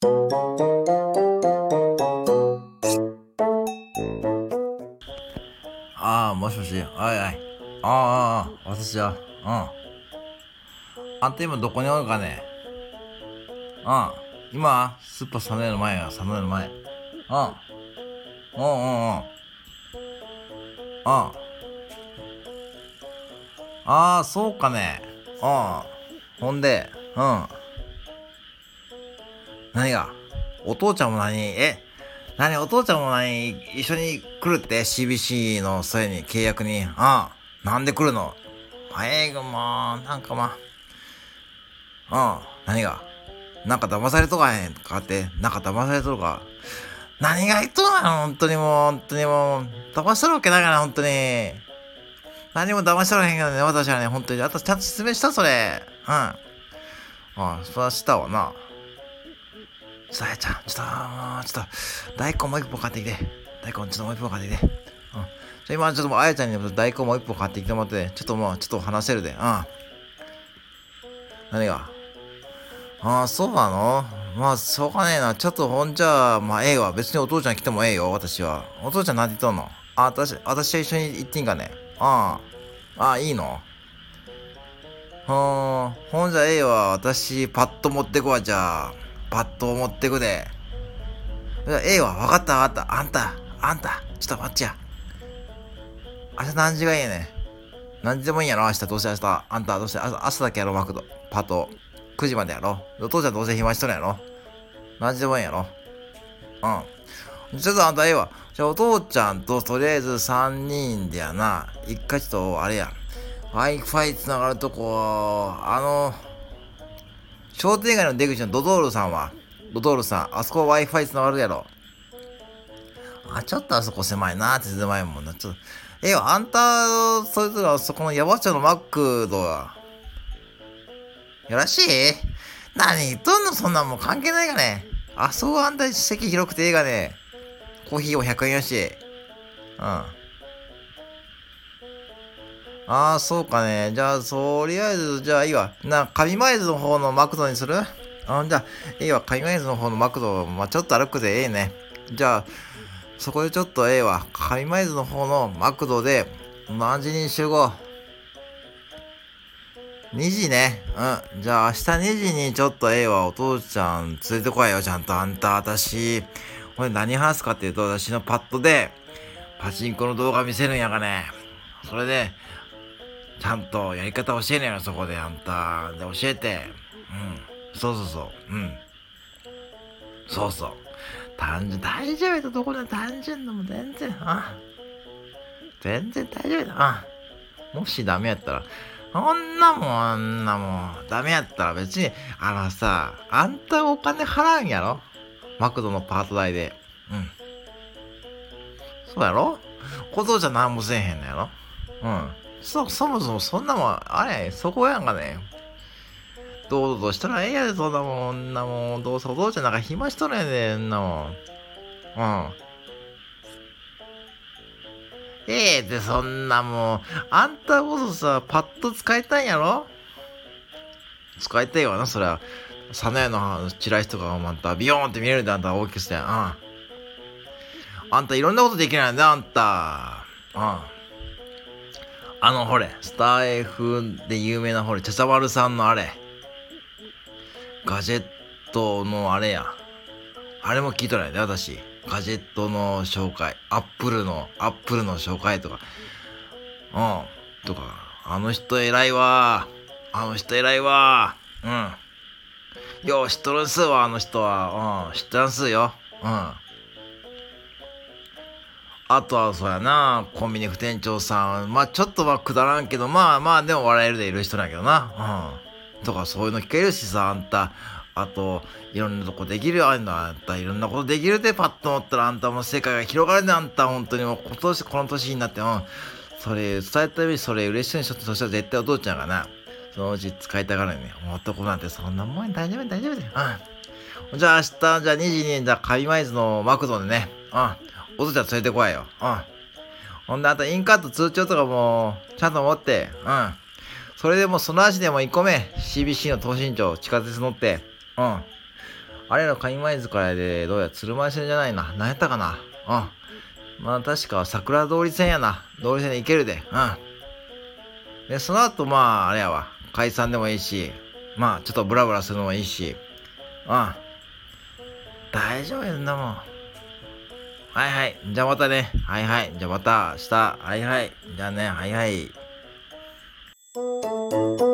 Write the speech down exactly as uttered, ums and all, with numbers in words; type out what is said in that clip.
ああ、もしもし、はいはい。ああ、ああ、私は、うん。あんた今どこにおるかね？うん。今、スーパーサンデーの前や、サンデーの前。うん。うんうんうん。うん。ああ、そうかね。うん。ほんで、うん。何が？お父ちゃんも何え何お父ちゃんも何一緒に来るって？ シービーシー のそれに契約に。うん。なんで来るの？まあ、ええが、まあ、なんかまあ。うん。何が？なんか騙されとかへんかって、なんか騙されとるか。何が言っとるの本当にもう、本当にもう、騙しとるわけだから、本当に。何も騙しとらへんけどね、私はね、本当に。あとちゃんと説明した、それ。うん。ああ、そらしたわな。ちょっと、あやちゃん、ちょっと、もう、ちょっと、大根もう一本買ってきて。大根、ちょっともう一本買ってきて。うん。じゃ今、ちょっともう、あやちゃんに大根もう一本買ってきてもらって、ちょっともう、ちょっと話せるで。うん。何が？ああ、そうなの？まあ、しょうがねえな。ちょっとほんじゃあ、まあ、ええわ。別にお父ちゃん来てもええよ、私は。お父ちゃん何て言っとんの？あ、私、私は一緒に行っていいんかね？ああ。ああ、いいの？ほん、ほんじゃええわ。私、パッと持ってくわ、じゃあ。パッと持ってくで。いやええわ。わかったわかった。あんた、あんた、ちょっと待っちや。明日何時がいいね？何時でもいいんやろ明日、どうせ明日。あんた、どうせ朝、朝だけやろ、マクド。パッと。くじまでやろ。お父ちゃんどうせ暇しとるんやろ？何時でもいいんやろ？うん。ちょっとあんたええわ。じゃあお父ちゃんととりあえずさんにんでやな。一回ちょっと、あれや。Wi-Fi つながるとこ、あの、商店街の出口のドトールさんは、ドトールさん、あそこ Wi-Fi つながるやろ。あ、ちょっとあそこ狭いなって狭いもんな。ちょっと、ええわ、あんた、それぞれはそこのヤバ町のマクドは、よろしい？何言っとんのそんなんもう関係ないがね。あそこあんた席広くてええがね。コーヒーもひゃくえんやし。うん。ああ、そうかね。じゃあ、とりあえず、じゃあいいわ。な、上前津の方のマクドにする？あ、じゃあ、いいわ。上前津の方のマクド、まあ、ちょっと歩くでええね。じゃあ、そこでちょっとええわ。上前津の方のマクドで、何時に集合？ に 時ね。うん。じゃあ、明日にじにちょっとええわ。お父ちゃん連れてこいよ。ちゃんとあんた、私。これ何話すかっていうと、私のパッドで、パチンコの動画見せるんやがね。それで、ちゃんとやり方教えねえよ、そこであんた。で、教えて。うん。そうそうそう。うん。そうそう。単純、大丈夫だ、どこで単純のも全然、あ。全然大丈夫だ。あ。もしダメやったら、そんなもん、あんなもん、ダメやったら別に、あのさ、あんたお金払うんやろ？マクドのパート代で。うん。そうやろ？小僧じゃ何もせえへんのやろ？うん。そ、そもそもそんなもん、あれ、そこやんかね。どうぞしたらええやで、そんなもん、んなもん。どうせお父ちゃんなんか暇しとるやで、んなもん。うん。ええって、そんなもん。あんたこそさ、パッと使いたいんやろ？使いたいわな、そりゃ。サナヤのチラシとかまたビヨーンって見れるで、あんた大きくして。うん。あんたいろんなことできないんだ、あんた。うん。あの、ほれ、スター F で有名なほれ、ちゃちゃまるさんのあれ。ガジェットのあれや。あれも聞いとらんやで、私。ガジェットの紹介。アップルの、アップルの紹介とか。うん。とか。あの人偉いわ。あの人偉いわ。うん。よう知っとるんすわ、あの人は。うん。知ってるんすよ。うん。あとはそうやな、コンビニ副店長さん。まあちょっとはくだらんけど、まあまあでも笑えるでいる人なんやけどな。うん。とかそういうの聞けるしさ、あんた。あと、いろんなとこできるよ、あんた。いろんなことできるで、パッと思ったらあんたも世界が広がるで、あんた。本当にもう今年、この年になって、うん。それ伝えた上にそれ嬉しそうにしとって、そしたら絶対お父ちゃんがな、そのうち使いたがるね。男なんてそんなもん大丈夫大丈夫だよ。うん。じゃあ明日、じゃあにじに、じゃあ上舞津のマクドでね。うん。お父ちゃん連れてこいよ。うん。ほんで、あとインカート通帳とかも、ちゃんと持って。うん。それでもその足でもいっこめ。シービーシー の東新町、地下鉄乗って。うん。 あれの上前塚らで、どうや、鶴舞線じゃないな。何やったかな。うん。まあ確か桜通り線やな。通り線で行けるで。うん。で、その後まあ、あれやわ。解散でもいいし、まあちょっとブラブラするのもいいし。うん。大丈夫やんだもん。はいはい。じゃあまたね。はいはい。じゃあまた明日。はいはい。じゃあね。はいはい。